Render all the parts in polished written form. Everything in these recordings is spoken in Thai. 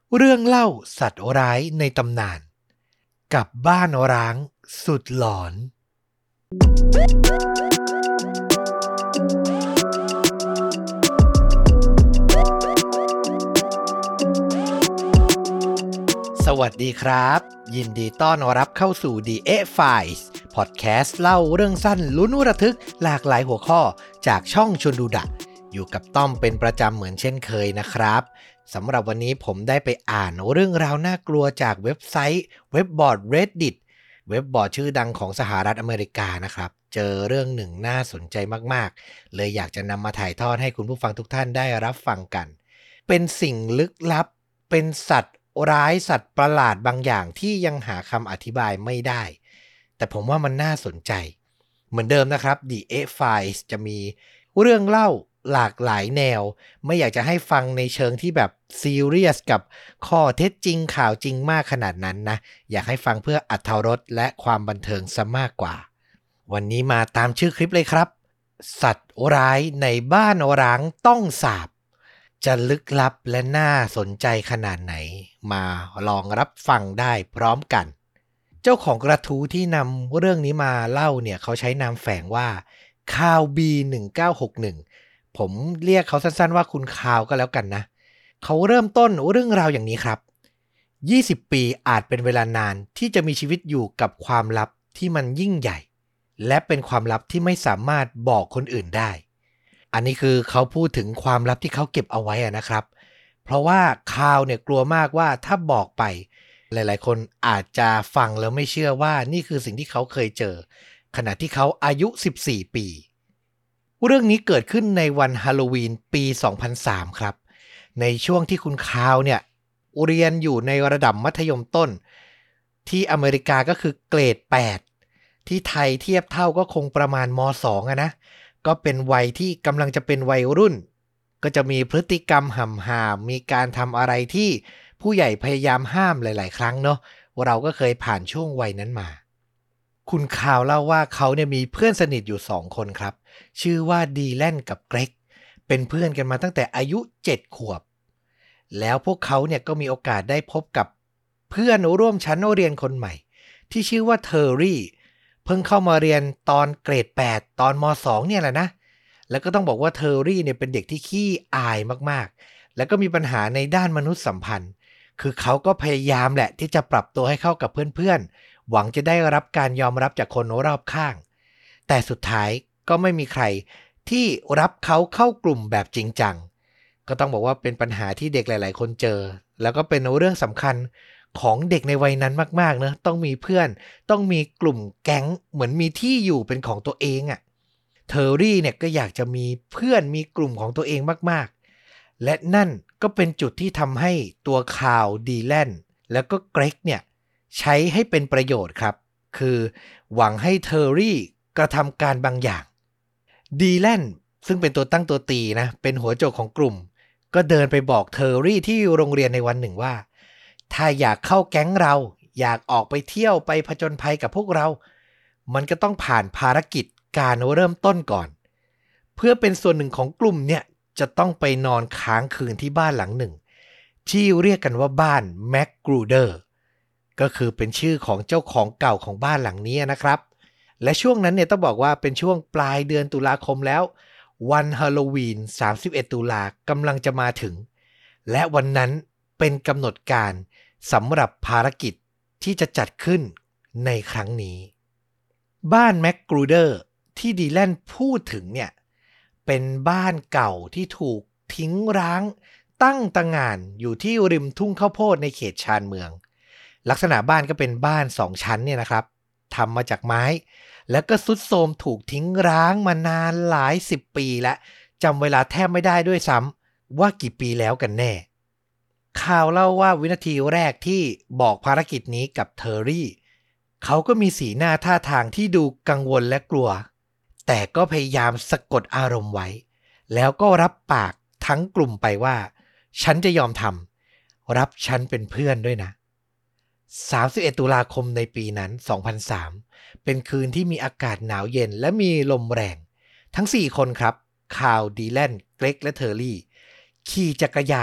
เรื่องเล่าสัตว์ร้ายในตำนานกับบ้านร้างสุดหลอนสวัสดีครับยินดีต้อนรับเข้าสู่ The Files พอดแคสต์เล่าเรื่องสั้นลุ้นระทึกหลากหลายหัวข้อจากช่องชวนดูดะอยู่กับต้อมเป็นประจำเหมือนเช่นเคยนะครับสำหรับวันนี้ผมได้ไปอ่านเรื่องราวน่ากลัวจากเว็บไซต์เว็บบอร์ด Reddit เว็บบอร์ดชื่อดังของสหรัฐอเมริกานะครับเจอเรื่องหนึ่งน่าสนใจมากๆเลยอยากจะนำมาถ่ายทอดให้คุณผู้ฟังทุกท่านได้รับฟังกันเป็นสิ่งลึกลับเป็นสัตว์ร้ายสัตว์ประหลาดบางอย่างที่ยังหาคำอธิบายไม่ได้แต่ผมว่ามันน่าสนใจเหมือนเดิมนะครับ The Files จะมีเรื่องเล่าหลากหลายแนวไม่อยากจะให้ฟังในเชิงที่แบบซีเรียสกับข้อเท็จจริงข่าวจริงมากขนาดนั้นนะอยากให้ฟังเพื่ออรรถรสและความบันเทิงซะมากกว่าวันนี้มาตามชื่อคลิปเลยครับสัตว์ร้ายในบ้านร้างต้องสาปจะลึกลับและน่าสนใจขนาดไหนมาลองรับฟังได้พร้อมกันเจ้าของกระทู้ที่นำเรื่องนี้มาเล่าเนี่ยเขาใช้นามแฝงว่าคาวบี1961ผมเรียกเขาสั้นๆว่าคุณคาวก็แล้วกันนะเขาเริ่มต้นเรื่องราวอย่างนี้ครับ20ปีอาจเป็นเวลานานที่จะมีชีวิตอยู่กับความลับที่มันยิ่งใหญ่และเป็นความลับที่ไม่สามารถบอกคนอื่นได้อันนี้คือเขาพูดถึงความลับที่เขาเก็บเอาไว้นะครับเพราะว่าคาวเนี่ยกลัวมากว่าถ้าบอกไปหลายๆคนอาจจะฟังแล้วไม่เชื่อว่านี่คือสิ่งที่เขาเคยเจอขณะที่เขาอายุ14ปีเรื่องนี้เกิดขึ้นในวันฮาโลวีนปี2003ครับในช่วงที่คุณคาวเนี่ยเรียนอยู่ในระดับมัธยมต้นที่อเมริกาก็คือเกรด8ที่ไทยเทียบเท่าก็คงประมาณม2อะนะก็เป็นวัยที่กำลังจะเป็นวัยรุ่นก็จะมีพฤติกรรมห่ำห่ามมีการทำอะไรที่ผู้ใหญ่พยายามห้ามหลายๆครั้งเนาะเราก็เคยผ่านช่วงวัยนั้นมาคุณคาวเล่าว่าเขาเนี่ยมีเพื่อนสนิทอยู่2คนครับชื่อว่าดีแลนกับเกรกเป็นเพื่อนกันมาตั้งแต่อายุ7ขวบแล้วพวกเขาเนี่ยก็มีโอกาสได้พบกับเพื่อนร่วมชั้นเรียนคนใหม่ที่ชื่อว่าเทอร์รี่เพิ่งเข้ามาเรียนตอนเกรด8ตอนม2เนี่ยแหละนะแล้วก็ต้องบอกว่าเทอร์รี่เนี่ยเป็นเด็กที่ขี้อายมากๆแล้วก็มีปัญหาในด้านมนุษยสัมพันธ์คือเขาก็พยายามแหละที่จะปรับตัวให้เข้ากับเพื่อนๆหวังจะได้รับการยอมรับจากคนรอบข้างแต่สุดท้ายก็ไม่มีใครที่รับเขาเข้ากลุ่มแบบจริงจังก็ต้องบอกว่าเป็นปัญหาที่เด็กหลายๆคนเจอแล้วก็เป็นเรื่องสำคัญของเด็กในวัยนั้นมากๆนะต้องมีเพื่อนต้องมีกลุ่มแก๊งเหมือนมีที่อยู่เป็นของตัวเองอ่ะเทอร์รี่เนี่ยก็อยากจะมีเพื่อนมีกลุ่มของตัวเองมากๆและนั่นก็เป็นจุดที่ทำให้ตัวคาวดีแลนแล้วก็เกรกเนี่ยใช้ให้เป็นประโยชน์ครับคือหวังให้เทอร์รี่กระทำการบางอย่างดีแลนซึ่งเป็นตัวตั้งตัวตีนะเป็นหัวโจกของกลุ่มก็เดินไปบอกเทอร์รี่ที่โรงเรียนในวันหนึ่งว่าถ้าอยากเข้าแก๊งเราอยากออกไปเที่ยวไปผจญภัยกับพวกเรามันก็ต้องผ่านภารกิจการเริ่มต้นก่อนเพื่อเป็นส่วนหนึ่งของกลุ่มเนี่ยจะต้องไปนอนค้างคืนที่บ้านหลังหนึ่งที่เรียกกันว่าบ้านแม็กกรูเดอร์ก็คือเป็นชื่อของเจ้าของเก่าของบ้านหลังนี้นะครับและช่วงนั้นเนี่ยต้องบอกว่าเป็นช่วงปลายเดือนตุลาคมแล้ววันฮาโลวีน31ตุลากำลังจะมาถึงและวันนั้นเป็นกำหนดการสำหรับภารกิจที่จะจัดขึ้นในครั้งนี้บ้านแม็กกรูเดอร์ที่ดีแลนพูดถึงเนี่ยเป็นบ้านเก่าที่ถูกทิ้งร้างตั้งตะหง่านอยู่ที่ริมทุ่งข้าวโพดในเขตชานเมืองลักษณะบ้านก็เป็นบ้าน2ชั้นเนี่ยนะครับทำมาจากไม้แล้วก็ทรุดโทรมถูกทิ้งร้างมานานหลาย10ปีแล้วจำเวลาแทบไม่ได้ด้วยซ้ำว่ากี่ปีแล้วกันแน่ข่าวเล่าว่าวินาทีแรกที่บอกภารกิจนี้กับเทอร์รี่เขาก็มีสีหน้าท่าทางที่ดูกังวลและกลัวแต่ก็พยายามสะกดอารมณ์ไว้แล้วก็รับปากทั้งกลุ่มไปว่าฉันจะยอมทำรับฉันเป็นเพื่อนด้วยนะ31ตุลาคมในปีนั้น2003เป็นคืนที่มีอากาศหนาวเย็นและมีลมแรงทั้ง4คนครับคาวดีแลนเกรกและเทอร์รี่ขี่จักรยาน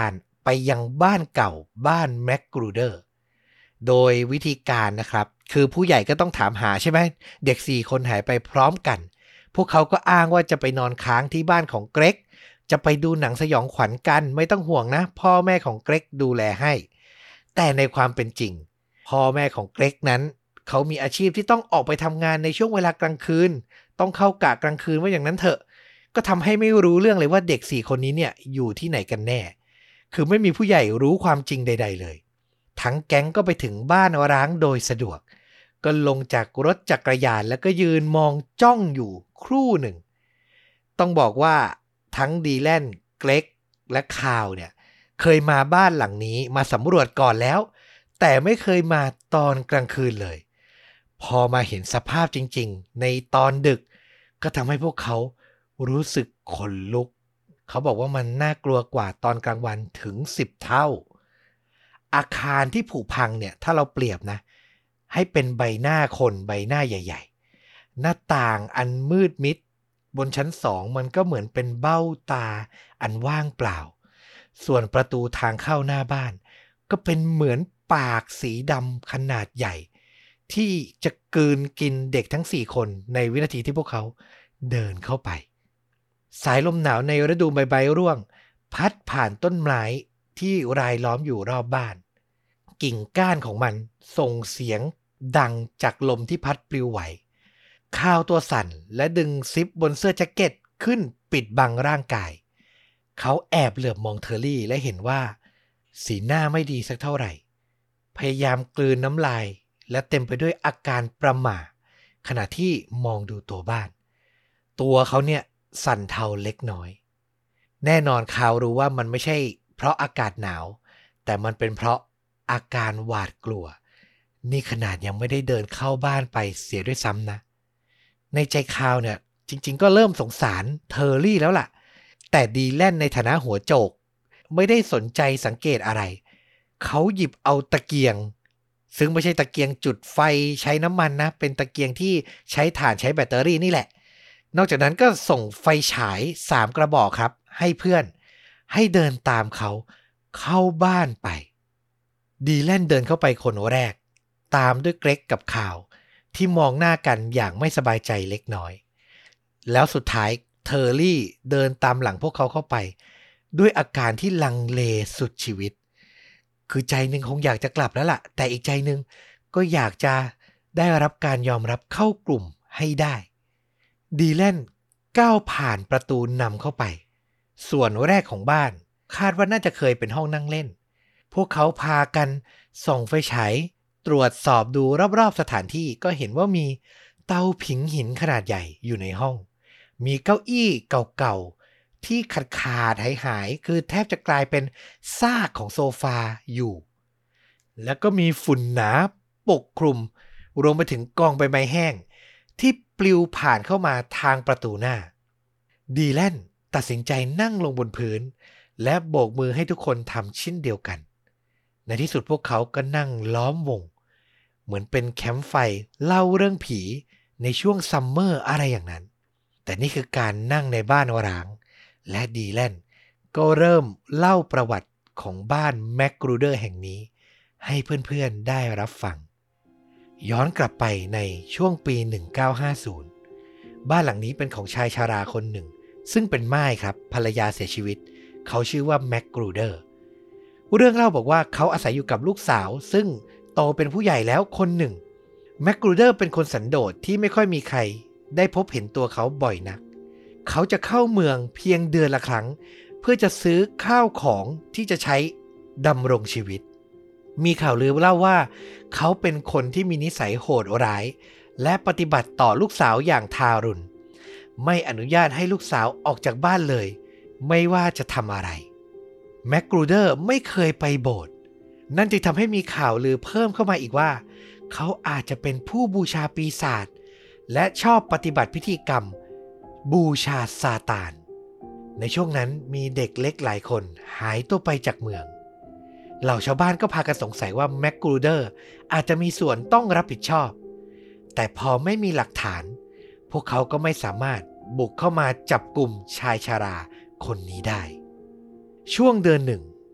ไปยังบ้านเก่าบ้านแมคกรูเดอร์โดยวิธีการนะครับคือผู้ใหญ่ก็ต้องถามหาใช่ไหมเด็ก4คนหายไปพร้อมกันพวกเขาก็อ้างว่าจะไปนอนค้างที่บ้านของเกรกจะไปดูหนังสยองขวัญกันไม่ต้องห่วงนะพ่อแม่ของเกรกดูแลให้แต่ในความเป็นจริงพ่อแม่ของเกรกนั้นเขามีอาชีพที่ต้องออกไปทำงานในช่วงเวลากลางคืนต้องเข้ากะกลางคืนว่าอย่างนั้นเถอะก็ทำให้ไม่รู้เรื่องเลยว่าเด็ก4คนนี้เนี่ยอยู่ที่ไหนกันแน่คือไม่มีผู้ใหญ่รู้ความจริงใดๆเลยทั้งแก๊งก็ไปถึงบ้านร้างโดยสะดวกก็ลงจากรถจักรยานแล้วก็ยืนมองจ้องอยู่ครู่หนึ่งต้องบอกว่าทั้งดีแลนเกรกและคาวเนี่ยเคยมาบ้านหลังนี้มาสำรวจก่อนแล้วแต่ไม่เคยมาตอนกลางคืนเลยพอมาเห็นสภาพจริงๆในตอนดึกก็ทำให้พวกเขารู้สึกขนลุกเขาบอกว่ามันน่ากลัวกว่าตอนกลางวันถึง10เท่าอาคารที่ผุพังเนี่ยถ้าเราเปรียบนะให้เป็นใบหน้าคนใบหน้าใหญ่ๆหน้าต่างอันมืดมิดบนชั้น2มันก็เหมือนเป็นเบ้าตาอันว่างเปล่าส่วนประตูทางเข้าหน้าบ้านก็เป็นเหมือนปากสีดำขนาดใหญ่ที่จะกลืนกินเด็กทั้ง4คนในวินาทีที่พวกเขาเดินเข้าไปสายลมหนาวในฤดูใบไม้ร่วงพัดผ่านต้นไม้ที่รายล้อมอยู่รอบบ้านกิ่งก้านของมันส่งเสียงดังจากลมที่พัดปลิวไหวข้าวตัวสั่นและดึงซิปบนเสื้อแจ็คเก็ตขึ้นปิดบังร่างกายเขาแอบเหลือบมองเทอร์รี่และเห็นว่าสีหน้าไม่ดีสักเท่าไหร่พยายามกลืนน้ำลายและเต็มไปด้วยอาการประหม่าขณะที่มองดูตัวบ้านตัวเขาเนี่ยสั่นเทาเล็กน้อยแน่นอนเขารู้ว่ามันไม่ใช่เพราะอากาศหนาวแต่มันเป็นเพราะอาการหวาดกลัวนี่ขนาดยังไม่ได้เดินเข้าบ้านไปเสียด้วยซ้ำนะในใจคาวเนี่ยจริงๆก็เริ่มสงสารเทอร์รี่แล้วล่ะแต่ดีแลนในฐานะหัวโจกไม่ได้สนใจสังเกตอะไรเขาหยิบเอาตะเกียงซึ่งไม่ใช่ตะเกียงจุดไฟใช้น้ำมันนะเป็นตะเกียงที่ใช้ถ่านใช้แบตเตอรี่นี่แหละนอกจากนั้นก็ส่งไฟฉาย3กระบอกครับให้เพื่อนให้เดินตามเขาเข้าบ้านไปดีแลนเดินเข้าไปคนแรกตามด้วยเกรกกับคาวที่มองหน้ากันอย่างไม่สบายใจเล็กน้อยแล้วสุดท้ายเทอร์รี่เดินตามหลังพวกเขาเข้าไปด้วยอาการที่ลังเลสุดชีวิตคือใจหนึ่งคงอยากจะกลับแล้วล่ะแต่อีกใจหนึ่งก็อยากจะได้รับการยอมรับเข้ากลุ่มให้ได้ดีแลนก้าวผ่านประตูนำเข้าไปส่วนแรกของบ้านคาดว่าน่าจะเคยเป็นห้องนั่งเล่นพวกเขาพากันส่องไฟฉายตรวจสอบดูรอบๆสถานที่ก็เห็นว่ามีเตาผิงหินขนาดใหญ่อยู่ในห้องมีเก้าอี้เก่าๆที่ขาดหายคือแทบจะกลายเป็นซากของโซฟาอยู่แล้วก็มีฝุ่นหนาปกคลุมรวมไปถึงกองใบไม้แห้งที่ปลิวผ่านเข้ามาทางประตูหน้าดีแลนตัดสินใจนั่งลงบนพื้นและโบกมือให้ทุกคนทำเช่นเดียวกันในที่สุดพวกเขาก็นั่งล้อมวงเหมือนเป็นแคมป์ไฟเล่าเรื่องผีในช่วงซัมเมอร์อะไรอย่างนั้นแต่นี่คือการนั่งในบ้านร้างและดีแลนก็เริ่มเล่าประวัติของบ้านแมคกรูเดอร์แห่งนี้ให้เพื่อนๆได้รับฟังย้อนกลับไปในช่วงปี 1950 บ้านหลังนี้เป็นของชายชราคนหนึ่งซึ่งเป็นม่ายครับภรรยาเสียชีวิตเขาชื่อว่าแมคกรูเดอร์เรื่องเล่าบอกว่าเขาอาศัยอยู่กับลูกสาวซึ่งโตเป็นผู้ใหญ่แล้วคนหนึ่งแมคกรูเดอร์เป็นคนสันโดษที่ไม่ค่อยมีใครได้พบเห็นตัวเขาบ่อยนักเขาจะเข้าเมืองเพียงเดือนละครั้งเพื่อจะซื้อข้าวของที่จะใช้ดำรงชีวิตมีข่าวลือเล่าว่าเขาเป็นคนที่มีนิสัยโหดร้ายและปฏิบัติต่อลูกสาวอย่างทารุณไม่อนุญาตให้ลูกสาวออกจากบ้านเลยไม่ว่าจะทำอะไรแมคกรูเดอร์ไม่เคยไปโบสถ์นั่นจึงทำให้มีข่าวลือเพิ่มเข้ามาอีกว่าเขาอาจจะเป็นผู้บูชาปีศาจและชอบปฏิบัติพิธีกรรมบูชาซาตานในช่วงนั้นมีเด็กเล็กหลายคนหายตัวไปจากเมืองเหล่าชาวบ้านก็พากันสงสัยว่าแมคกรูเดอร์อาจจะมีส่วนต้องรับผิดชอบแต่พอไม่มีหลักฐานพวกเขาก็ไม่สามารถบุกเข้ามาจับกลุ่มชายชราคนนี้ได้ช่วงเดือนหนึ่ง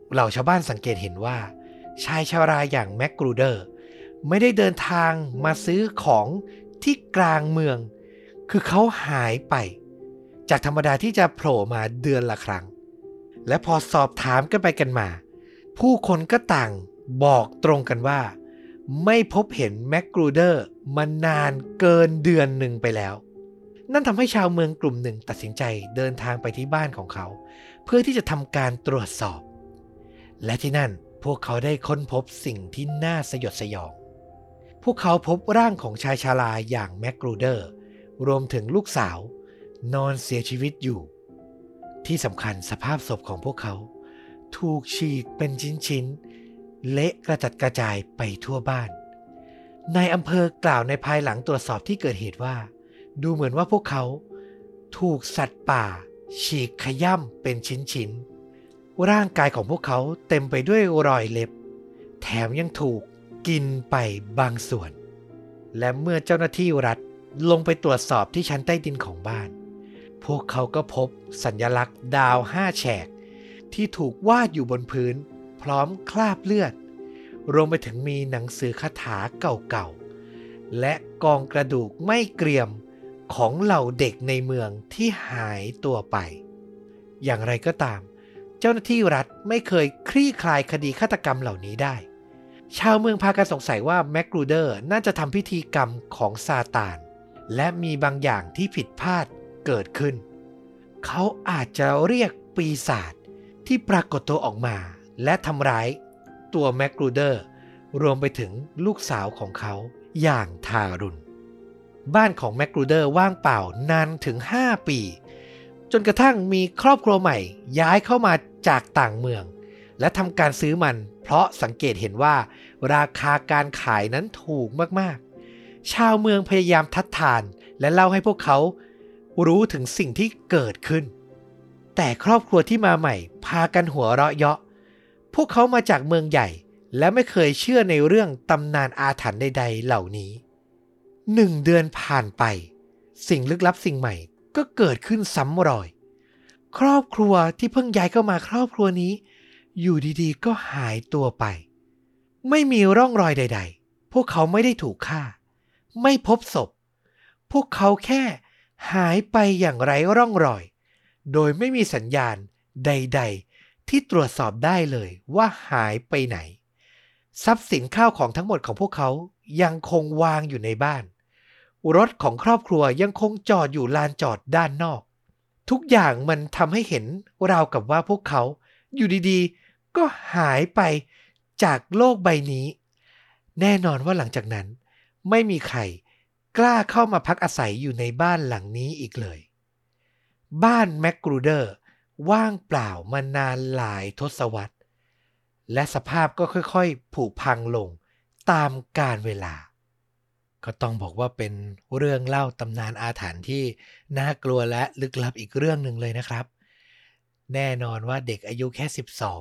เหล่าชาวบ้านสังเกตเห็นว่าชายชราอย่างแม็กกรูเดอร์ไม่ได้เดินทางมาซื้อของที่กลางเมืองคือเขาหายไปจากธรรมดาที่จะโผล่มาเดือนละครั้งและพอสอบถามกันไปกันมาผู้คนก็ต่างบอกตรงกันว่าไม่พบเห็นแม็กกรูเดอร์มานานเกินเดือนหนึ่งไปแล้วนั่นทำให้ชาวเมืองกลุ่มหนึ่งตัดสินใจเดินทางไปที่บ้านของเขาเพื่อที่จะทำการตรวจสอบและที่นั่นพวกเขาได้ค้นพบสิ่งที่น่าสยดสยองพวกเขาพบร่างของชายชราอย่างแม็กกรูเดอร์รวมถึงลูกสาวนอนเสียชีวิตอยู่ที่สำคัญสภาพศพของพวกเขาถูกฉีกเป็นชิ้นๆเละกระจัดกระจายไปทั่วบ้านนายอำเภอกล่าวในภายหลังตรวจสอบที่เกิดเหตุว่าดูเหมือนว่าพวกเขาถูกสัตว์ป่าฉีกขย้ำเป็นชิ้นๆร่างกายของพวกเขาเต็มไปด้วยรอยเล็บแถมยังถูกกินไปบางส่วนและเมื่อเจ้าหน้าที่รัฐลงไปตรวจสอบที่ชั้นใต้ดินของบ้านพวกเขาก็พบสัญลักษณ์ดาว5แฉกที่ถูกวาดอยู่บนพื้นพร้อมคราบเลือดรวมไปถึงมีหนังสือคาถาเก่าๆและกองกระดูกไม่เกรียมของเหล่าเด็กในเมืองที่หายตัวไปอย่างไรก็ตามเจ้าหน้าที่รัฐไม่เคยคลี่คลายคดีฆาตกรรมเหล่านี้ได้ชาวเมืองพากันสงสัยว่าแม็กกรูเดอร์น่าจะทำพิธีกรรมของซาตานและมีบางอย่างที่ผิดพลาดเกิดขึ้นเขาอาจจะเรียกปีศาจที่ปรากฏตัวออกมาและทำร้ายตัวแม็กกรูเดอร์รวมไปถึงลูกสาวของเขาอย่างทารุณบ้านของแม็กกรูเดอร์ว่างเปล่านานถึง5 ปีจนกระทั่งมีครอบครัวใหม่ย้ายเข้ามาจากต่างเมืองและทำการซื้อมันเพราะสังเกตเห็นว่าราคาการขายนั้นถูกมากๆชาวเมืองพยายามทัดทานและเล่าให้พวกเขารู้ถึงสิ่งที่เกิดขึ้นแต่ครอบครัวที่มาใหม่พากันหัวเราะเยาะพวกเขามาจากเมืองใหญ่และไม่เคยเชื่อในเรื่องตำนานอาถรรพ์ใดๆเหล่านี้1 เดือนผ่านไปสิ่งลึกลับสิ่งใหม่ก็เกิดขึ้นซ้ำรอยครอบครัวที่เพิ่งย้ายเข้ามาครอบครัวนี้อยู่ดีๆก็หายตัวไปไม่มีร่องรอยใดๆพวกเขาไม่ได้ถูกฆ่าไม่พบศพพวกเขาแค่หายไปอย่างไร้ร่องรอยโดยไม่มีสัญญาณใดๆที่ตรวจสอบได้เลยว่าหายไปไหนทรัพย์สินข้าวของทั้งหมดของพวกเขายังคงวางอยู่ในบ้านรถของครอบครัวยังคงจอดอยู่ลานจอดด้านนอกทุกอย่างมันทำให้เห็นราวกับว่าพวกเขาอยู่ดีๆก็หายไปจากโลกใบนี้แน่นอนว่าหลังจากนั้นไม่มีใครกล้าเข้ามาพักอาศัยอยู่ในบ้านหลังนี้อีกเลยบ้านแม็กกรูเดอร์ว่างเปล่ามานานหลายทศวรรษและสภาพก็ค่อยๆผุพังลงตามกาลเวลาก็ต้องบอกว่าเป็นเรื่องเล่าตำนานอาถรรพ์ที่น่ากลัวและลึกลับอีกเรื่องหนึ่งเลยนะครับแน่นอนว่าเด็กอายุแค่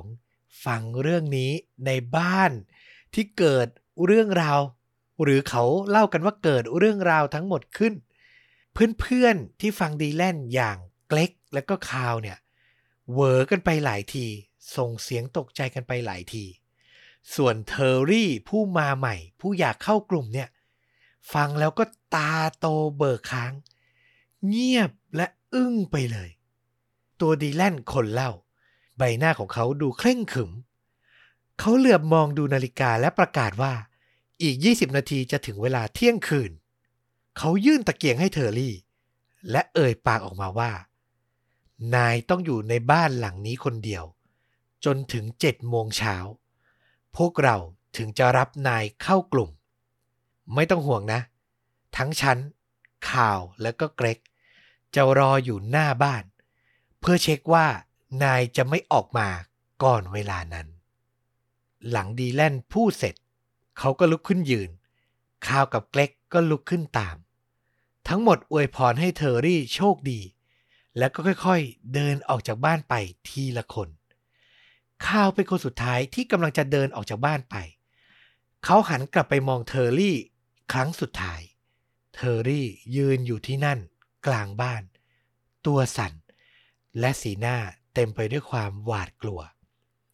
12ฟังเรื่องนี้ในบ้านที่เกิดเรื่องราวหรือเขาเล่ากันว่าเกิดเรื่องราวทั้งหมดขึ้นเพื่อนๆที่ฟังดีแลนอย่างเกล็กและก็คาวเนี่ยเหวอกันไปหลายทีส่งเสียงตกใจกันไปหลายทีส่วนเทอร์รี่ผู้มาใหม่ผู้อยากเข้ากลุ่มเนี่ยฟังแล้วก็ตาโตเบิกค้างเงียบและอึ้งไปเลยตัวดีแลนคนเล่าใบหน้าของเขาดูเคร่งขรึมเขาเหลือบมองดูนาฬิกาและประกาศว่าอีก20 นาทีจะถึงเวลาเที่ยงคืนเขายื่นตะเกียงให้เทอร์รี่และเอ่ยปากออกมาว่านายต้องอยู่ในบ้านหลังนี้คนเดียวจนถึง7 โมงเช้าพวกเราถึงจะรับนายเข้ากลุ่มไม่ต้องห่วงนะทั้งฉันข่าวและก็เกรกจะรออยู่หน้าบ้านเพื่อเช็คว่านายจะไม่ออกมาก่อนเวลานั้นหลังดีแลนพูดเสร็จเขาก็ลุกขึ้นยืนข่าวกับเกรกก็ลุกขึ้นตามทั้งหมดอวยพรให้เทอร์รี่โชคดีแล้วก็ค่อยๆเดินออกจากบ้านไปทีละคนข่าวเป็นคนสุดท้ายที่กำลังจะเดินออกจากบ้านไปเขาหันกลับไปมองเทอร์รี่ครั้งสุดท้ายเทอร์รี่ยืนอยู่ที่นั่นกลางบ้านตัวสั่นและสีหน้าเต็มไปด้วยความหวาดกลัว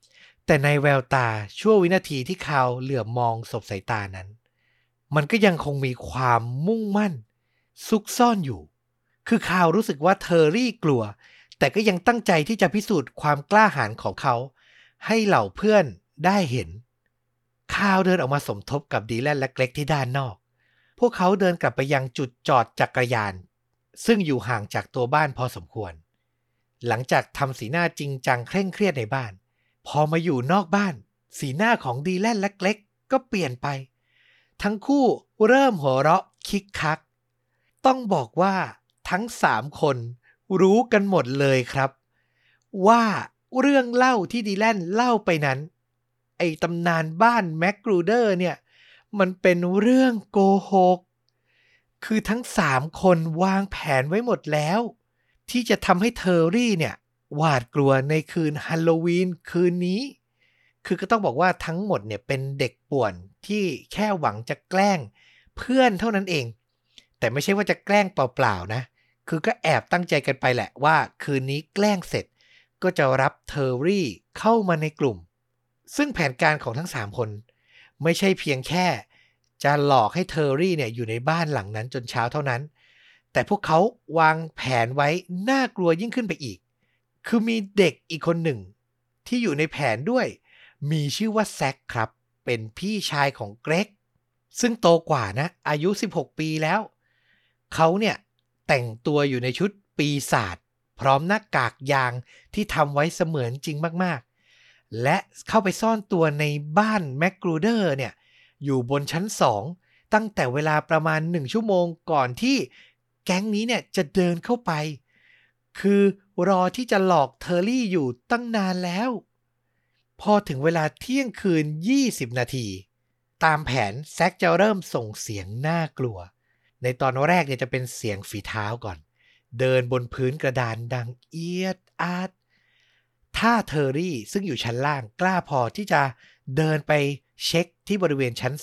แต่ในแววตาชั่ววินาทีที่คาวเหลือบมองสบสายตานั้นมันก็ยังคงมีความมุ่งมั่นซุกซ่อนอยู่คือคาวรู้สึกว่าเทอร์รี่กลัวแต่ก็ยังตั้งใจที่จะพิสูจน์ความกล้าหาญของเขาให้เหล่าเพื่อนได้เห็นคาวเดินออกมาสมทบกับดีแลนและเกรกที่ด้านนอกพวกเขาเดินกลับไปยังจุดจอดจักรยานซึ่งอยู่ห่างจากตัวบ้านพอสมควรหลังจากทำสีหน้าจริงจังเคร่งเครียดในบ้านพอมาอยู่นอกบ้านสีหน้าของดีแลนและเกรกก็เปลี่ยนไปทั้งคู่เริ่มหัวเราะคิกคักต้องบอกว่าทั้ง3คนรู้กันหมดเลยครับว่าเรื่องเล่าที่ดีแลนเล่าไปนั้นไอ้ตำนานบ้านแมคกรูเดอร์เนี่ยมันเป็นเรื่องโกหกคือทั้ง3คนวางแผนไว้หมดแล้วที่จะทำให้เทอร์รี่เนี่ยหวาดกลัวในคืนฮัลโลวีนคืนนี้คือก็ต้องบอกว่าทั้งหมดเนี่ยเป็นเด็กป่วนที่แค่หวังจะแกล้งเพื่อนเท่านั้นเองแต่ไม่ใช่ว่าจะแกล้งเปล่าๆนะคือก็แอบตั้งใจกันไปแหละว่าคืนนี้แกล้งเสร็จก็จะรับเทอร์รี่เข้ามาในกลุ่มซึ่งแผนการของทั้ง3คนไม่ใช่เพียงแค่จะหลอกให้เทอร์รี่เนี่ยอยู่ในบ้านหลังนั้นจนเช้าเท่านั้นแต่พวกเขาวางแผนไว้น่ากลัวยิ่งขึ้นไปอีกคือมีเด็กอีกคนหนึ่งที่อยู่ในแผนด้วยมีชื่อว่าแซคครับเป็นพี่ชายของเกรกซึ่งโตกว่านะอายุ16ปีแล้วเขาเนี่ยแต่งตัวอยู่ในชุดปีศาจพร้อมหน้ากากยางที่ทำไว้เสมือนจริงมากๆและเข้าไปซ่อนตัวในบ้านแมคกรูเดอร์เนี่ยอยู่บนชั้น2ตั้งแต่เวลาประมาณ1ชั่วโมงก่อนที่แก๊งนี้เนี่ยจะเดินเข้าไปคือรอที่จะหลอกเทอร์รี่อยู่ตั้งนานแล้วพอถึงเวลาเที่ยงคืน20นาทีตามแผนแซคจะเริ่มส่งเสียงน่ากลัวในตอนแรกเนี่ยจะเป็นเสียงฝีเท้าก่อนเดินบนพื้นกระดานดังเอียดอาดถ้าเทอร์รี่ซึ่งอยู่ชั้นล่างกล้าพอที่จะเดินไปเช็คที่บริเวณชั้น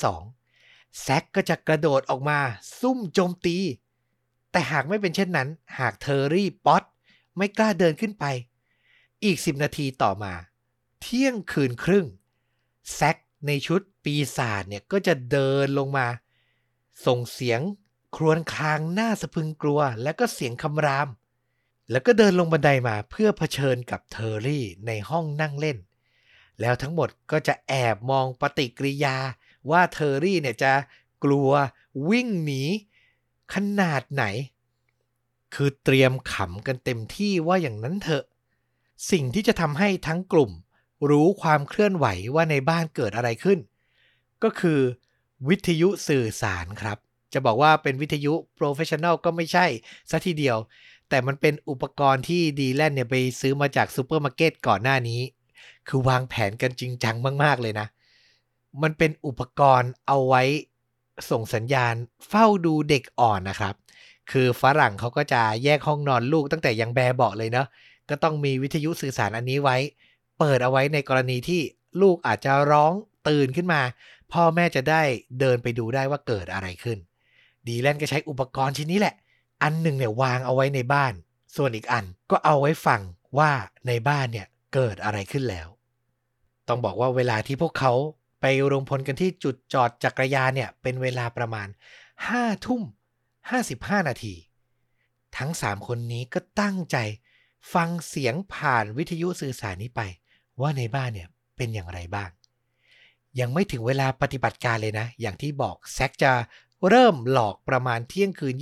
2แซคก็จะกระโดดออกมาซุ่มโจมตีแต่หากไม่เป็นเช่นนั้นหากเทอร์รี่ป๊อตไม่กล้าเดินขึ้นไปอีก10นาทีต่อมาเที่ยงคืนครึ่งแซคในชุดปีศาจเนี่ยก็จะเดินลงมาส่งเสียงครวญครางน่าสะพรึงกลัวและก็เสียงคำรามแล้วก็เดินลงบันไดมาเพื่อเผชิญกับเทอร์รี่ในห้องนั่งเล่นแล้วทั้งหมดก็จะแอบมองปฏิกิริยาว่าเทอร์รี่เนี่ยจะกลัววิ่งหนีขนาดไหนคือเตรียมขำกันเต็มที่ว่าอย่างนั้นเถอะสิ่งที่จะทำให้ทั้งกลุ่มรู้ความเคลื่อนไหวว่าในบ้านเกิดอะไรขึ้นก็คือวิทยุสื่อสารครับจะบอกว่าเป็นวิทยุโปรเฟชชั่นอลก็ไม่ใช่ซะทีเดียวแต่มันเป็นอุปกรณ์ที่ดีแลนเนี่ยไปซื้อมาจากซูเปอร์มาร์เก็ตก่อนหน้านี้คือวางแผนกันจริงจังมากๆเลยนะมันเป็นอุปกรณ์เอาไว้ส่งสัญญาณเฝ้าดูเด็กอ่อนนะครับคือฝรั่งเขาก็จะแยกห้องนอนลูกตั้งแต่ยังแบเบาะเลยเนาะก็ต้องมีวิทยุสื่อสารอันนี้ไว้เปิดเอาไว้ในกรณีที่ลูกอาจจะร้องตื่นขึ้นมาพ่อแม่จะได้เดินไปดูได้ว่าเกิดอะไรขึ้นดีแลนก็ใช้อุปกรณ์ชิ้นนี้แหละอันหนึ่งเนี่ยวางเอาไว้ในบ้านส่วนอีกอันก็เอาไว้ฟังว่าในบ้านเนี่ยเกิดอะไรขึ้นแล้วต้องบอกว่าเวลาที่พวกเขาไปรวมพลกันที่จุดจอดจักรยานเนี่ยเป็นเวลาประมาณ5 ทุ่ม55นาทีทั้ง3คนนี้ก็ตั้งใจฟังเสียงผ่านวิทยุสื่อสารนี้ไปว่าในบ้านเนี่ยเป็นอย่างไรบ้างยังไม่ถึงเวลาปฏิบัติการเลยนะอย่างที่บอกแซคจะเริ่มหลอกประมาณเที่ยงคืน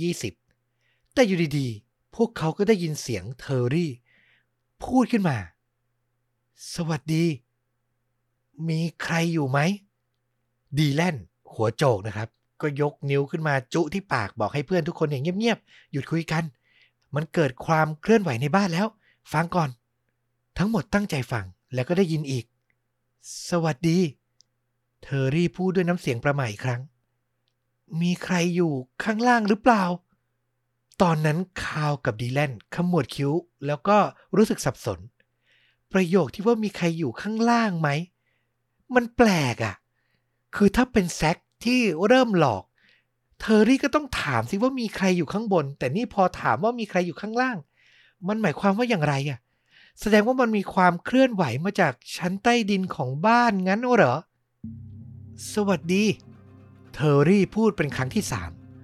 20แต่อยู่ดีๆพวกเขาก็ได้ยินเสียงเทอร์รี่พูดขึ้นมาสวัสดีมีใครอยู่ไหมดีแลนหัวโจกนะครับก็ยกนิ้วขึ้นมาจุที่ปากบอกให้เพื่อนทุกคนอย่างเงียบๆหยุดคุยกันมันเกิดความเคลื่อนไหวในบ้านแล้วฟังก่อนทั้งหมดตั้งใจฟังแล้วก็ได้ยินอีกสวัสดีเทอร์รี่พูดด้วยน้ำเสียงประหม่าอีกครั้งมีใครอยู่ข้างล่างหรือเปล่าตอนนั้นคาวกับดีแลนขมวดคิ้วแล้วก็รู้สึกสับสนประโยคที่ว่ามีใครอยู่ข้างล่างไหมมันแปลกอ่ะคือถ้าเป็นแซคที่เริ่มหลอกเทอร์รี่ก็ต้องถามสิว่ามีใครอยู่ข้างบนแต่นี่พอถามว่ามีใครอยู่ข้างล่างมันหมายความว่าอย่างไรอ่ะแสดงว่ามันมีความเคลื่อนไหวมาจากชั้นใต้ดินของบ้านงั้นเหรอสวัสดีเทอร์รี่พูดเป็นครั้งที่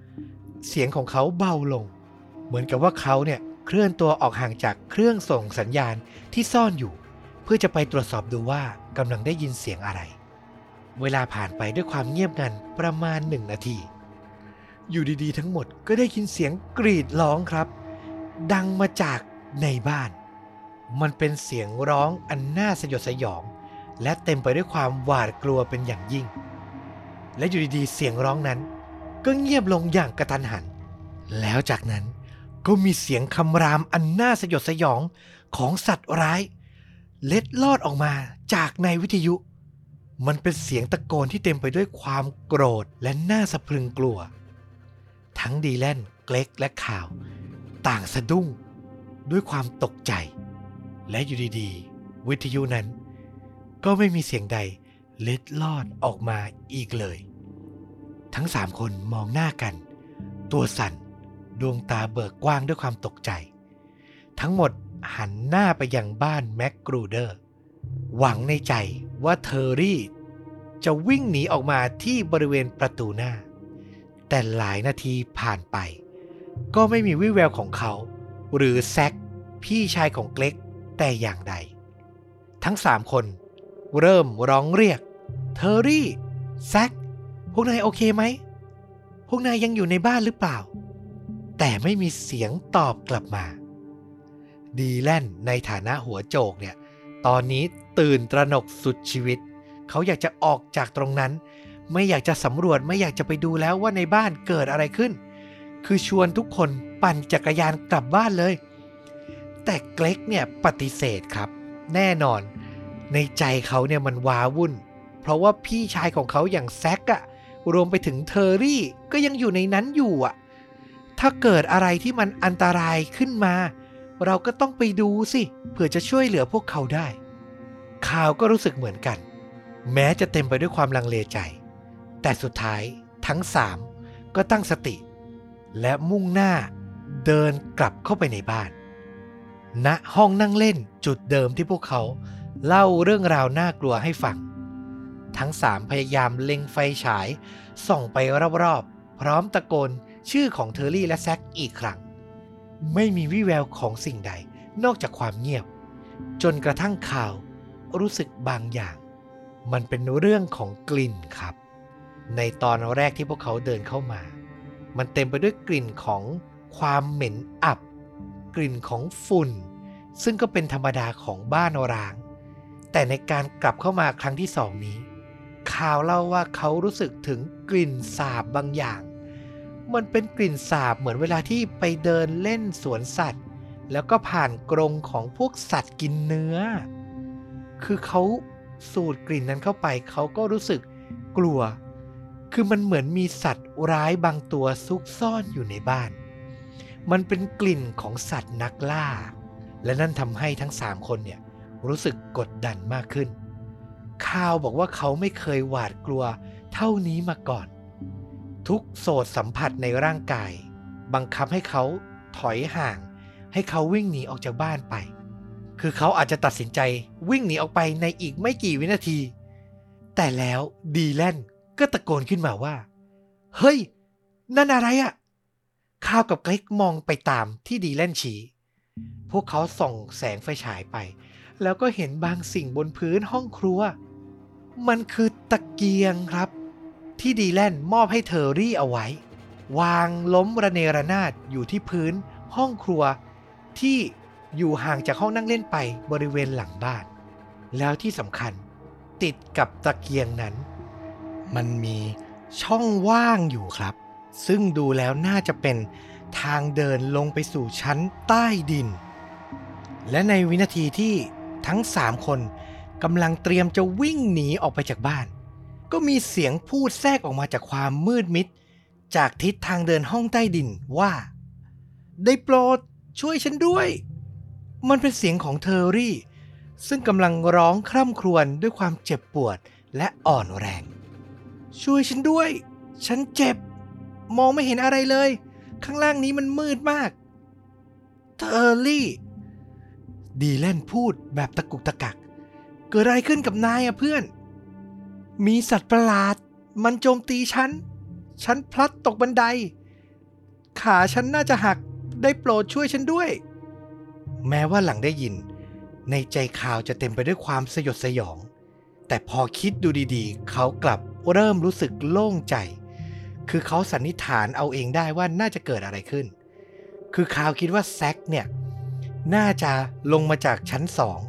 3เสียงของเขาเบาลงเหมือนกับว่าเขาเนี่ยเคลื่อนตัวออกห่างจากเครื่องส่งสัญญาณที่ซ่อนอยู่เพื่อจะไปตรวจสอบดูว่ากำลังได้ยินเสียงอะไรเวลาผ่านไปด้วยความเงียบงันประมาณ1 นาทีอยู่ดีๆทั้งหมดก็ได้ยินเสียงกรีดร้องครับดังมาจากในบ้านมันเป็นเสียงร้องอันน่าสยดสยองและเต็มไปด้วยความหวาดกลัวเป็นอย่างยิ่งและอยู่ดีๆเสียงร้องนั้นก็เงียบลงอย่างกระทันหันแล้วจากนั้นก็มีเสียงคำรามอันน่าสยดสยองของสัตว์ร้ายเล็ดลอดออกมาจากในวิทยุมันเป็นเสียงตะโกนที่เต็มไปด้วยความโกรธและน่าสะพรึงกลัวทั้งดีแลนเกรกและข่าวต่างสะดุ้งด้วยความตกใจและอยู่ดีๆวิทยุนั้นก็ไม่มีเสียงใดเล็ดลอดออกมาอีกเลยทั้ง3 คนมองหน้ากันตัวสั่นดวงตาเบิกกว้างด้วยความตกใจทั้งหมดหันหน้าไปยังบ้านแม็กกรูเดอร์หวังในใจว่าเทอร์รี่จะวิ่งหนีออกมาที่บริเวณประตูหน้าแต่หลายนาทีผ่านไปก็ไม่มีวี่แววของเขาหรือแซคพี่ชายของเกรกแต่อย่างใดทั้ง3 คนเริ่มร้องเรียกเทอร์รี่แซคพวกนายโอเคไหมพวกนายยังอยู่ในบ้านหรือเปล่าแต่ไม่มีเสียงตอบกลับมาดีแลนในฐานะหัวโจกเนี่ยตอนนี้ตื่นตระหนกสุดชีวิตเขาอยากจะออกจากตรงนั้นไม่อยากจะสำรวจไม่อยากจะไปดูแล้วว่าในบ้านเกิดอะไรขึ้นคือชวนทุกคนปั่นจักรยานกลับบ้านเลยแต่เกรกเนี่ยปฏิเสธครับแน่นอนในใจเขาเนี่ยมันว้าวุ่นเพราะว่าพี่ชายของเขาอย่างแซคอะรวมไปถึงเทอร์รี่ก็ยังอยู่ในนั้นอยู่อะถ้าเกิดอะไรที่มันอันตรายขึ้นมาเราก็ต้องไปดูสิเผื่อจะช่วยเหลือพวกเขาได้ข่าวก็รู้สึกเหมือนกันแม้จะเต็มไปด้วยความลังเลใจแต่สุดท้ายทั้ง3ก็ตั้งสติและมุ่งหน้าเดินกลับเข้าไปในบ้านณห้องนั่งเล่นจุดเดิมที่พวกเขาเล่าเรื่องราวน่ากลัวให้ฟังทั้ง3พยายามเล็งไฟฉายส่องไปรอบๆพร้อมตะโกนชื่อของเทอร์รี่และแซคอีกครั้งไม่มีวี่แววของสิ่งใดนอกจากความเงียบจนกระทั่งข่าวรู้สึกบางอย่างมันเป็นเรื่องของกลิ่นครับในตอนแรกที่พวกเขาเดินเข้ามามันเต็มไปด้วยกลิ่นของความเหม็นอับกลิ่นของฝุ่นซึ่งก็เป็นธรรมดาของบ้านร้างแต่ในการกลับเข้ามาครั้งที่2นี้ข่าวเล่าว่าเขารู้สึกถึงกลิ่นสาบบางอย่างมันเป็นกลิ่นสาบเหมือนเวลาที่ไปเดินเล่นสวนสัตว์แล้วก็ผ่านกรงของพวกสัตว์กินเนื้อคือเขาสูดกลิ่นนั้นเข้าไปเขาก็รู้สึกกลัวคือมันเหมือนมีสัตว์ร้ายบางตัวซุกซ่อนอยู่ในบ้านมันเป็นกลิ่นของสัตว์นักล่าและนั่นทำให้ทั้ง3 คนเนี่ยรู้สึกกดดันมากขึ้นข่าวบอกว่าเขาไม่เคยหวาดกลัวเท่านี้มาก่อนทุกโสตสัมผัสในร่างกายบังคับให้เขาถอยห่างให้เขาวิ่งหนีออกจากบ้านไปคือเขาอาจจะตัดสินใจวิ่งหนีออกไปในอีกไม่กี่วินาทีแต่แล้วดีแลนก็ตะโกนขึ้นมาว่าเฮ้ยนั่นอะไรอะข่าวกับเกรกมองไปตามที่ดีแลนชี้พวกเขาส่องแสงไฟฉายไปแล้วก็เห็นบางสิ่งบนพื้นห้องครัวมันคือตะเกียงครับที่ดีแลนมอบให้เทอร์รี่เอาไว้วางล้มระเนระนาดอยู่ที่พื้นห้องครัวที่อยู่ห่างจากห้องนั่งเล่นไปบริเวณหลังบ้านแล้วที่สำคัญติดกับตะเกียงนั้นมันมีช่องว่างอยู่ครับซึ่งดูแล้วน่าจะเป็นทางเดินลงไปสู่ชั้นใต้ดินและในวินาทีที่ทั้ง3 คนกำลังเตรียมจะวิ่งหนีออกไปจากบ้านก็มีเสียงพูดแทรกออกมาจากความมืดมิดจากทิศทางเดินห้องใต้ดินว่าได้โปรดช่วยฉันด้วยมันเป็นเสียงของเทอร์รี่ซึ่งกำลังร้องคร่ำครวญด้วยความเจ็บปวดและอ่อนแรงช่วยฉันด้วยฉันเจ็บมองไม่เห็นอะไรเลยข้างล่างนี้มันมืดมากเทอร์รี่ดีแลนพูดแบบตะกุกตะกักเกิดอะไรขึ้นกับนายอะเพื่อนมีสัตว์ประหลาดมันโจมตีฉันพลัดตกบันไดขาฉันน่าจะหักได้โปรดช่วยฉันด้วยแม้ว่าหลังได้ยินในใจคาวจะเต็มไปด้วยความสยดสยองแต่พอคิดดูดีๆเขากลับเริ่มรู้สึกโล่งใจคือเขาสันนิษฐานเอาเองได้ว่าน่าจะเกิดอะไรขึ้นคือคาวคิดว่าแซคเนี่ยน่าจะลงมาจากชั้น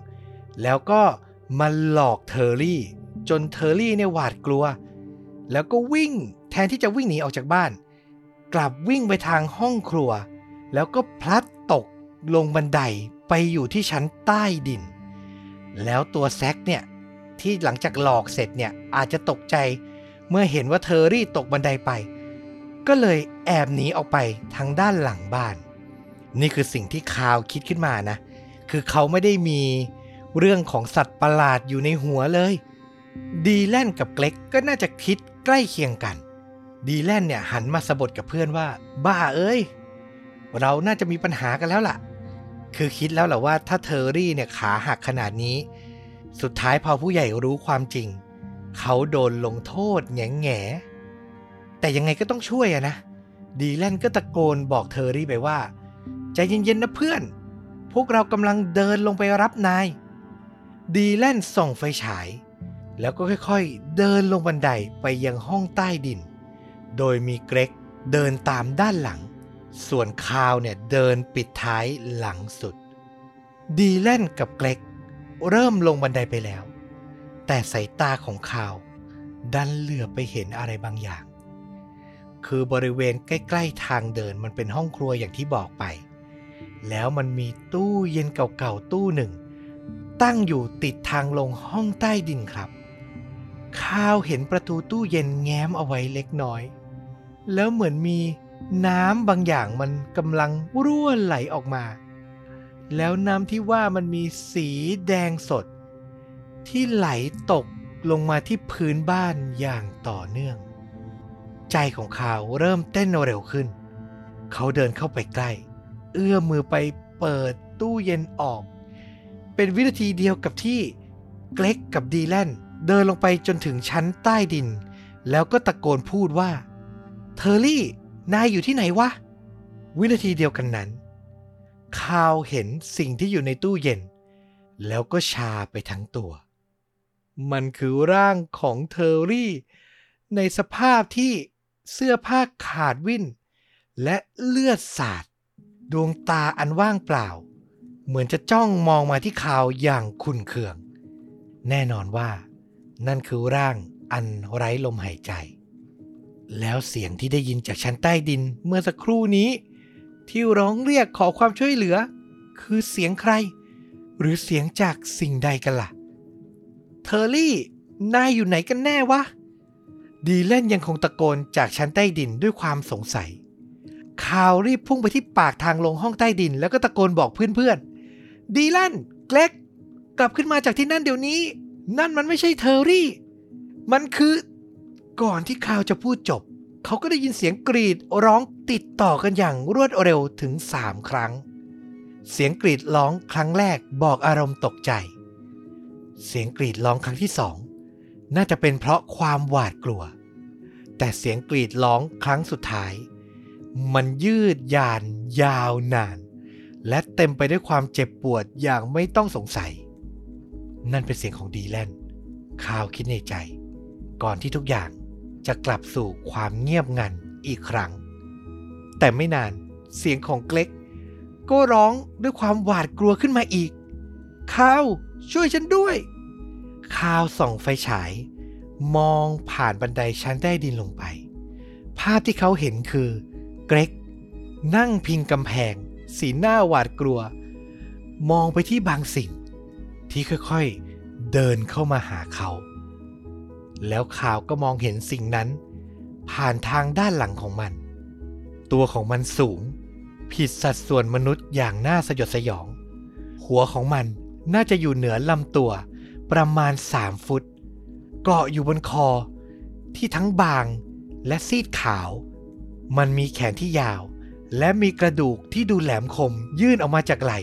2แล้วก็มาหลอกเทอร์รี่จนเทอร์รี่เนี่ยหวาดกลัวแล้วก็วิ่งแทนที่จะวิ่งหนีออกจากบ้านกลับวิ่งไปทางห้องครัวแล้วก็พลัดตกลงบันไดไปอยู่ที่ชั้นใต้ดินแล้วตัวแซคเนี่ยที่หลังจากหลอกเสร็จเนี่ยอาจจะตกใจเมื่อเห็นว่าเทอร์รี่ตกบันไดไปก็เลยแอบหนีออกไปทางด้านหลังบ้านนี่คือสิ่งที่คาวคิดขึ้นมานะคือเขาไม่ได้มีเรื่องของสัตว์ประหลาดอยู่ในหัวเลยดีแลนกับเกร็กก็น่าจะคิดใกล้เคียงกันดีแลนเนี่ยหันมาสะบดกับเพื่อนว่าบ้าเอ้ยเราน่าจะมีปัญหากันแล้วล่ะคือคิดแล้วแหละว่าถ้าเทอร์รี่เนี่ยขาหักขนาดนี้สุดท้ายพอผู้ใหญ่รู้ความจริงเขาโดนลงโทษแง่แต่ยังไงก็ต้องช่วยอะนะดีแลนก็ตะโกนบอกเทอร์รี่ไปว่าใจเย็นๆนะเพื่อนพวกเรากำลังเดินลงไปรับนายดีแลนส่องไฟฉายแล้วก็ค่อยๆเดินลงบันไดไปยังห้องใต้ดินโดยมีเกร็กเดินตามด้านหลังส่วนคาวเนี่ยเดินปิดท้ายหลังสุดดีแลนกับเกร็กเริ่มลงบันไดไปแล้วแต่สายตาของคาวดันเหลือบไปเห็นอะไรบางอย่างคือบริเวณใกล้ๆทางเดินมันเป็นห้องครัวอย่างที่บอกไปแล้วมันมีตู้เย็นเก่าๆตู้หนึ่งตั้งอยู่ติดทางลงห้องใต้ดินครับคาวเห็นประตูตู้เย็นแง้มเอาไว้เล็กน้อยแล้วเหมือนมีน้ำบางอย่างมันกำลังรั่วไหลออกมาแล้วน้ำที่ว่ามันมีสีแดงสดที่ไหลตกลงมาที่พื้นบ้านอย่างต่อเนื่องใจของเขาเริ่มเต้นเร็วขึ้นเขาเดินเข้าไปใกล้เอื้อมมือไปเปิดตู้เย็นออกเป็นวินาทีเดียวกับที่เกร็กกับดีแลนเดินลงไปจนถึงชั้นใต้ดินแล้วก็ตะโกนพูดว่าเทอร์รี่นายอยู่ที่ไหนวะวินาทีเดียวกันนั้นคาวเห็นสิ่งที่อยู่ในตู้เย็นแล้วก็ชาไปทั้งตัวมันคือร่างของเทอร์รี่ในสภาพที่เสื้อผ้าขาดวิ่นและเลือดสาดดวงตาอันว่างเปล่าเหมือนจะจ้องมองมาที่คาวอย่างขุ่นเคืองแน่นอนว่านั่นคือร่างอันไร้ลมหายใจแล้วเสียงที่ได้ยินจากชั้นใต้ดินเมื่อสักครู่นี้ที่ร้องเรียกขอความช่วยเหลือคือเสียงใครหรือเสียงจากสิ่งใดกันล่ะเทอร์รี่นายอยู่ไหนกันแน่วะดีแลนยังคงตะโกนจากชั้นใต้ดินด้วยความสงสัยคาวรีบพุ่งไปที่ปากทางลงห้องใต้ดินแล้วก็ตะโกนบอกเพื่อนๆดีแลนเกร็กกลับขึ้นมาจากที่นั่นเดี๋ยวนี้นั่นมันไม่ใช่เทอร์รี่มันคือก่อนที่คาวจะพูดจบเขาก็ได้ยินเสียงกรีดร้องติดต่อกันอย่างรวดเร็วถึง3 ครั้งเสียงกรีดร้องครั้งแรกบอกอารมณ์ตกใจเสียงกรีดร้องครั้งที่2น่าจะเป็นเพราะความหวาดกลัวแต่เสียงกรีดร้องครั้งสุดท้ายมันยืดยานยาวนานและเต็มไปด้วยความเจ็บปวดอย่างไม่ต้องสงสัยนั่นเป็นเสียงของดีแลนคาวคิดในใจก่อนที่ทุกอย่างจะกลับสู่ความเงียบงันอีกครั้งแต่ไม่นานเสียงของเกร็กก็ร้องด้วยความหวาดกลัวขึ้นมาอีกคาวช่วยฉันด้วยคาวส่องไฟฉายมองผ่านบันไดชั้นใต้ดินลงไปภาพที่เขาเห็นคือเกร็กนั่งพิงกำแพงสีหน้าหวาดกลัวมองไปที่บางสิ่งที่ค่อยๆเดินเข้ามาหาเขาแล้วคาวก็มองเห็นสิ่งนั้นผ่านทางด้านหลังของมันตัวของมันสูงผิดสัดส่วนมนุษย์อย่างน่าสยดสยองหัวของมันน่าจะอยู่เหนือลำตัวประมาณ3 ฟุตเกาะอยู่บนคอที่ทั้งบางและซีดขาวมันมีแขนที่ยาวและมีกระดูกที่ดูแหลมคมยื่นออกมาจากไหล่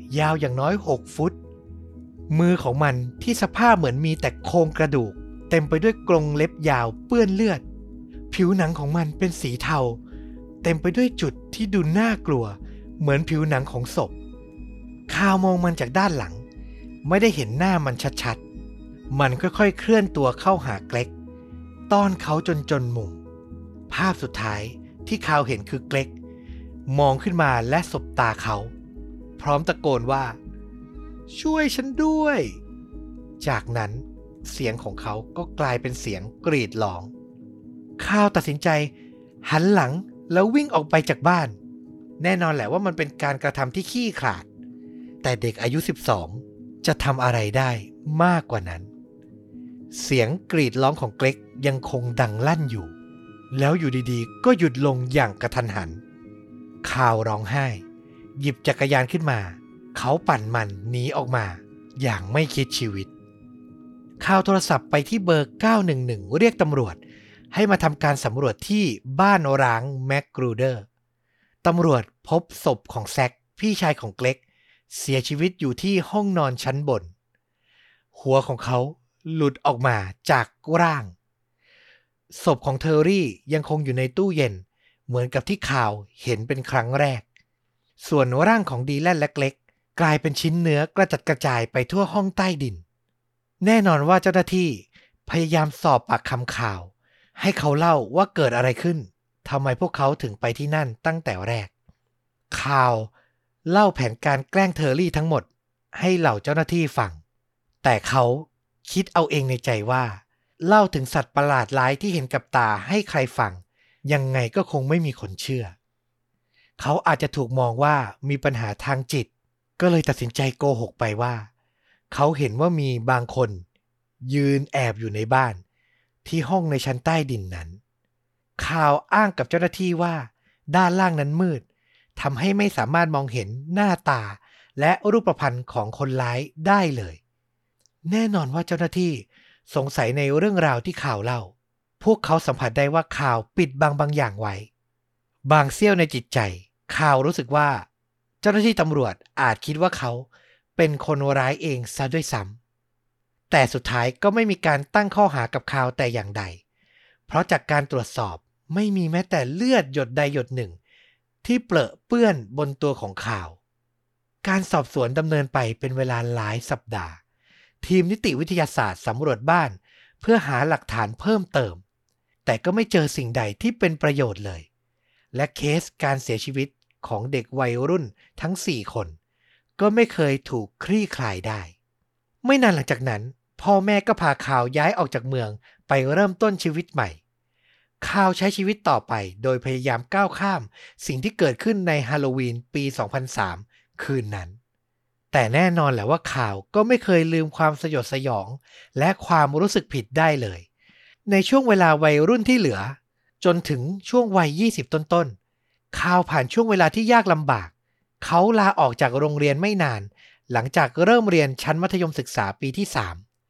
ยาวอย่างน้อย6 ฟุตมือของมันที่สภาพเหมือนมีแต่โครงกระดูกเต็มไปด้วยกรงเล็บยาวเปื้อนเลือดผิวหนังของมันเป็นสีเทาเต็มไปด้วยจุดที่ดูน่ากลัวเหมือนผิวหนังของศพคาวมองมันจากด้านหลังไม่ได้เห็นหน้ามันชัดๆมันค่อยๆเคลื่อนตัวเข้าหาเกร็กต้อนเขาจนมุมภาพสุดท้ายที่คาวเห็นคือเกร็กมองขึ้นมาและสบตาเขาพร้อมตะโกนว่าช่วยฉันด้วยจากนั้นเสียงของเขาก็กลายเป็นเสียงกรีดร้องคาวตัดสินใจหันหลังแล้ววิ่งออกไปจากบ้านแน่นอนแหละว่ามันเป็นการกระทำที่ขี้ขลาดแต่เด็กอายุ12จะทำอะไรได้มากกว่านั้นเสียงกรีดร้องของเกร็กยังคงดังลั่นอยู่แล้วอยู่ดีๆก็หยุดลงอย่างกระทันหันคาวร้องไห้หยิบจักรยานขึ้นมาเขาปั่นมันหนีออกมาอย่างไม่คิดชีวิตคาวโทรศัพท์ไปที่เบอร์911เรียกตำรวจให้มาทำการสำรวจที่บ้านร้างแมคกรูเดอร์ตำรวจพบศพของแซคพี่ชายของเกร็กเสียชีวิตอยู่ที่ห้องนอนชั้นบนหัวของเขาหลุดออกมาจากร่างศพของเทอร์รี่ยังคงอยู่ในตู้เย็นเหมือนกับที่ข่าวเห็นเป็นครั้งแรกส่วนร่างของดีแลนและเกร็กกลายเป็นชิ้นเนื้อกระจัดกระจายไปทั่วห้องใต้ดินแน่นอนว่าเจ้าหน้าที่พยายามสอบปากคำข่าวให้เขาเล่าว่าเกิดอะไรขึ้นทำไมพวกเขาถึงไปที่นั่นตั้งแต่แรกข่าวเล่าแผนการแกล้งเทอร์รี่ทั้งหมดให้เหล่าเจ้าหน้าที่ฟังแต่เขาคิดเอาเองในใจว่าเล่าถึงสัตว์ประหลาดร้ายที่เห็นกับตาให้ใครฟังยังไงก็คงไม่มีคนเชื่อเขาอาจจะถูกมองว่ามีปัญหาทางจิตก็เลยตัดสินใจโกหกไปว่าเขาเห็นว่ามีบางคนยืนแอบอยู่ในบ้านที่ห้องในชั้นใต้ดินนั้นข่าวอ้างกับเจ้าหน้าที่ว่าด้านล่างนั้นมืดทำให้ไม่สามารถมองเห็นหน้าตาและรูปพรรณของคนร้ายได้เลยแน่นอนว่าเจ้าหน้าที่สงสัยในเรื่องราวที่ข่าวเล่าพวกเขาสัมผัสได้ว่าข่าวปิดบางอย่างไว้บางเสี้ยวในจิตใจข่าวรู้สึกว่าเจ้าหน้าที่ตำรวจอาจคิดว่าเขาเป็นคนร้ายเองซะด้วยซ้ำแต่สุดท้ายก็ไม่มีการตั้งข้อหากับข่าวแต่อย่างใดเพราะจากการตรวจสอบไม่มีแม้แต่เลือดหยดใดหยดหนึ่งที่เปรอะเปื้อนบนตัวของข่าวการสอบสวนดำเนินไปเป็นเวลาหลายสัปดาห์ทีมนิติวิทยาศาสตร์สำรวจบ้านเพื่อหาหลักฐานเพิ่มเติมแต่ก็ไม่เจอสิ่งใดที่เป็นประโยชน์เลยและเคสการเสียชีวิตของเด็กวัยรุ่นทั้ง4 คนก็ไม่เคยถูกคลี่คลายได้ไม่นานหลังจากนั้นพ่อแม่ก็พาข่าวย้ายออกจากเมืองไปเริ่มต้นชีวิตใหม่ข่าวใช้ชีวิตต่อไปโดยพยายามก้าวข้ามสิ่งที่เกิดขึ้นในฮาโลวีนปี 2003 คืนนั้นแต่แน่นอนแหละว่าข่าวก็ไม่เคยลืมความสยดสยองและความรู้สึกผิดได้เลยในช่วงเวลาวัยรุ่นที่เหลือจนถึงช่วงวัย20ต้นๆข่าวผ่านช่วงเวลาที่ยากลำบากเขาลาออกจากโรงเรียนไม่นานหลังจากเริ่มเรียนชั้นมัธยมศึกษาปีที่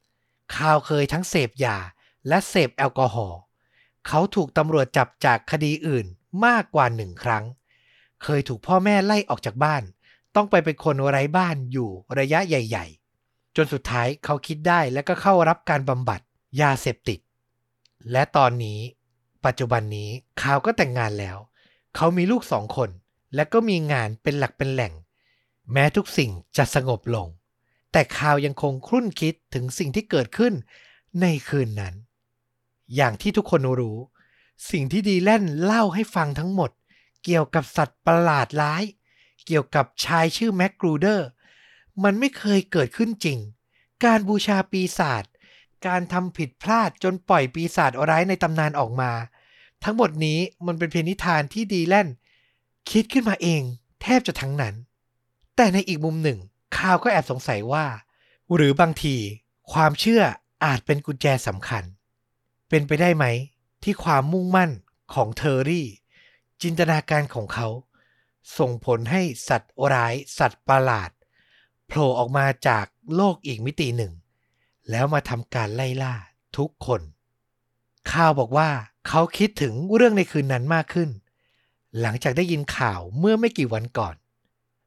3ข่าวเคยทั้งเสพยาและเสพแอลกอฮอล์เขาถูกตำรวจจับจากคดีอื่นมากกว่า1 ครั้งเคยถูกพ่อแม่ไล่ออกจากบ้านต้องไปเป็นคนไร้บ้านอยู่ระยะใหญ่ๆจนสุดท้ายเขาคิดได้และก็เข้ารับการบำบัดยาเสพติดและตอนนี้ปัจจุบันนี้ข่าวก็แต่งงานแล้วเขามีลูก2 คนและก็มีงานเป็นหลักเป็นแหล่งแม้ทุกสิ่งจะสงบลงแต่ข่าวยังคงครุ่นคิดถึงสิ่งที่เกิดขึ้นในคืนนั้นอย่างที่ทุกคนรู้สิ่งที่ดีแลนเล่าให้ฟังทั้งหมดเกี่ยวกับสัตว์ประหลาดร้ายเกี่ยวกับชายชื่อแมคกรูเดอร์มันไม่เคยเกิดขึ้นจริงการบูชาปีศาจการทำผิดพลาดจนปล่อยปีศาจร้ายในตำนานออกมาทั้งหมดนี้มันเป็นเพียงนิทานที่ดีแลนคิดขึ้นมาเองแทบจะทั้งนั้นแต่ในอีกมุมหนึ่งข่าวก็แอบสงสัยว่าหรือบางทีความเชื่ออาจเป็นกุญแจสำคัญเป็นไปได้ไหมที่ความมุ่งมั่นของเทอร์รี่จินตนาการของเขาส่งผลให้สัตว์ร้ายสัตว์ประหลาดโผล่ออกมาจากโลกอีกมิติหนึ่งแล้วมาทำการไล่ล่าทุกคนข่าวบอกว่าเขาคิดถึงเรื่องในคืนนั้นมากขึ้นหลังจากได้ยินข่าวเมื่อไม่กี่วันก่อน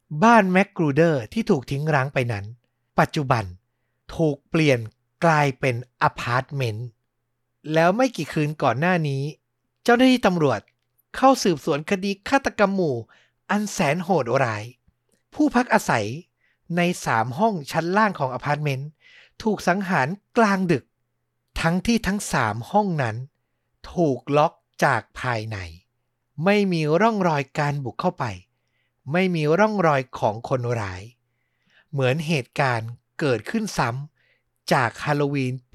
บ้านแม็กกรูเดอร์ที่ถูกทิ้งร้างไปนั้นปัจจุบันถูกเปลี่ยนกลายเป็นอพาร์ตเมนต์แล้วไม่กี่คืนก่อนหน้านี้เจ้าหน้าที่ตำรวจเข้าสืบสวนคดีฆาตกรรมหมู่อันแสนโหดร้ายผู้พักอาศัยใน3ห้องชั้นล่างของอพาร์ตเมนต์ถูกสังหารกลางดึกทั้งที่ทั้ง3ห้องนั้นถูกล็อกจากภายในไม่มีร่องรอยการบุกเข้าไปไม่มีร่องรอยของคนร้ายเหมือนเหตุการณ์เกิดขึ้นซ้ำจากฮาโลวีนปี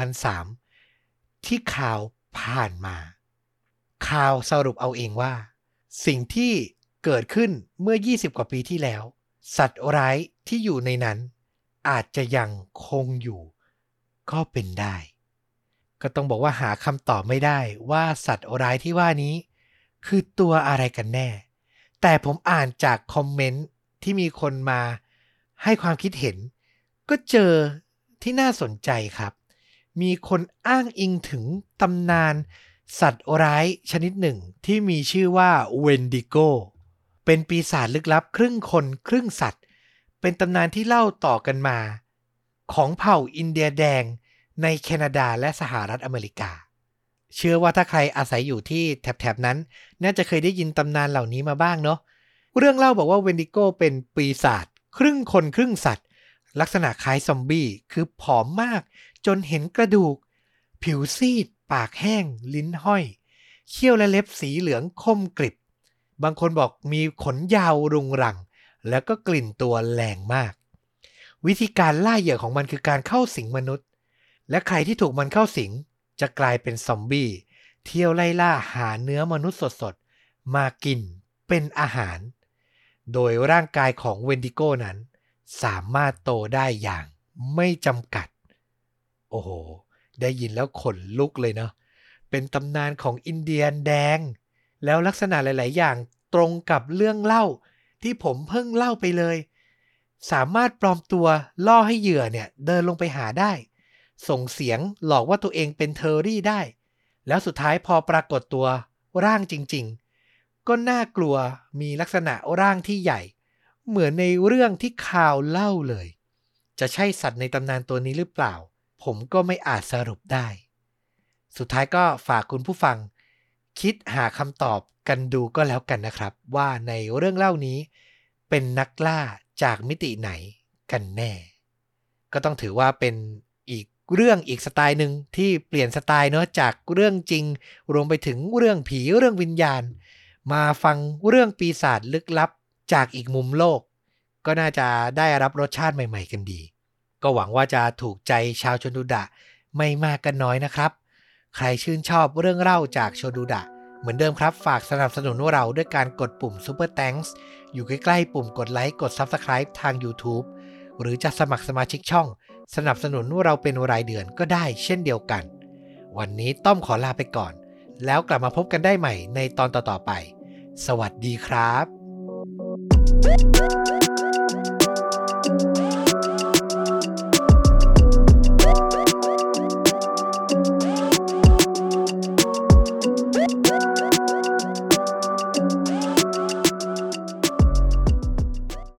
2003 ที่ข่าวผ่านมาข่าวสรุปเอาเองว่าสิ่งที่เกิดขึ้นเมื่อ20กว่าปีที่แล้วสัตว์ร้ายที่อยู่ในนั้นอาจจะยังคงอยู่ก็เป็นได้ก็ต้องบอกว่าหาคำตอบไม่ได้ว่าสัตว์ร้ายที่ว่านี้คือตัวอะไรกันแน่แต่ผมอ่านจากคอมเมนต์ที่มีคนมาให้ความคิดเห็นก็เจอที่น่าสนใจครับมีคนอ้างอิงถึงตำนานสัตว์ร้ายชนิดหนึ่งที่มีชื่อว่าเวนดิโกเป็นปีศาจลึกลับครึ่งคนครึ่งสัตว์เป็นตำนานที่เล่าต่อกันมาของเผ่าอินเดียแดงในแคนาดาและสหรัฐอเมริกาเชื่อว่าถ้าใครอาศัยอยู่ที่แถบๆนั้นน่าจะเคยได้ยินตำนานเหล่านี้มาบ้างเนาะเรื่องเล่าบอกว่าเวนดิโกเป็นปีศาจครึ่งคนครึ่งสัตว์ลักษณะคล้ายซอมบี้คือผอมมากจนเห็นกระดูกผิวซีดปากแห้งลิ้นห้อยเขี้ยวและเล็บสีเหลืองคมกริบบางคนบอกมีขนยาวรุงรังแล้วก็กลิ่นตัวแรงมากวิธีการล่าเหยื่อของมันคือการเข้าสิงมนุษย์และใครที่ถูกมันเข้าสิงจะกลายเป็นซอมบี้เที่ยวไล่ล่าหาเนื้อมนุษย์สดๆมากินเป็นอาหารโดยร่างกายของเวนดิโก้นั้นสามารถโตได้อย่างไม่จำกัดโอ้โหได้ยินแล้วขนลุกเลยเนาะเป็นตำนานของอินเดียนแดงแล้วลักษณะหลายๆอย่างตรงกับเรื่องเล่าที่ผมเพิ่งเล่าไปเลยสามารถปลอมตัวล่อให้เหยื่อเนี่ยเดินลงไปหาได้ส่งเสียงหลอกว่าตัวเองเป็นเทอร์รี่ได้แล้วสุดท้ายพอปรากฏตัวร่างจริงๆก็น่ากลัวมีลักษณะร่างที่ใหญ่เหมือนในเรื่องที่ข่าวเล่าเลยจะใช่สัตว์ในตำนานตัวนี้หรือเปล่าผมก็ไม่อาจสรุปได้สุดท้ายก็ฝากคุณผู้ฟังคิดหาคำตอบกันดูก็แล้วกันนะครับว่าในเรื่องเล่านี้เป็นนักล่าจากมิติไหนกันแน่ก็ต้องถือว่าเป็นอีกเรื่องอีกสไตล์หนึ่งที่เปลี่ยนสไตล์เนาะจากเรื่องจริงรวมไปถึงเรื่องผีเรื่องวิญญาณมาฟังเรื่องปีศาจลึกลับจากอีกมุมโลกก็น่าจะได้รับรสชาติใหม่ๆกันดีก็หวังว่าจะถูกใจชาวชนดูดะไม่มากก็น้อยนะครับใครชื่นชอบเรื่องเล่าจากชนดูดะเหมือนเดิมครับฝากสนับสนุนเราด้วยการกดปุ่ม Super Thanks อยู่ใกล้ๆปุ่มกดไลค์กด Subscribe ทาง YouTube หรือจะสมัครสมาชิกช่องสนับสนุนเราเป็นรายเดือนก็ได้เช่นเดียวกันวันนี้ต้อมขอลาไปก่อนแล้วกลับมาพบกันได้ใหม่ในตอนต่อๆไปสวัสดีครับ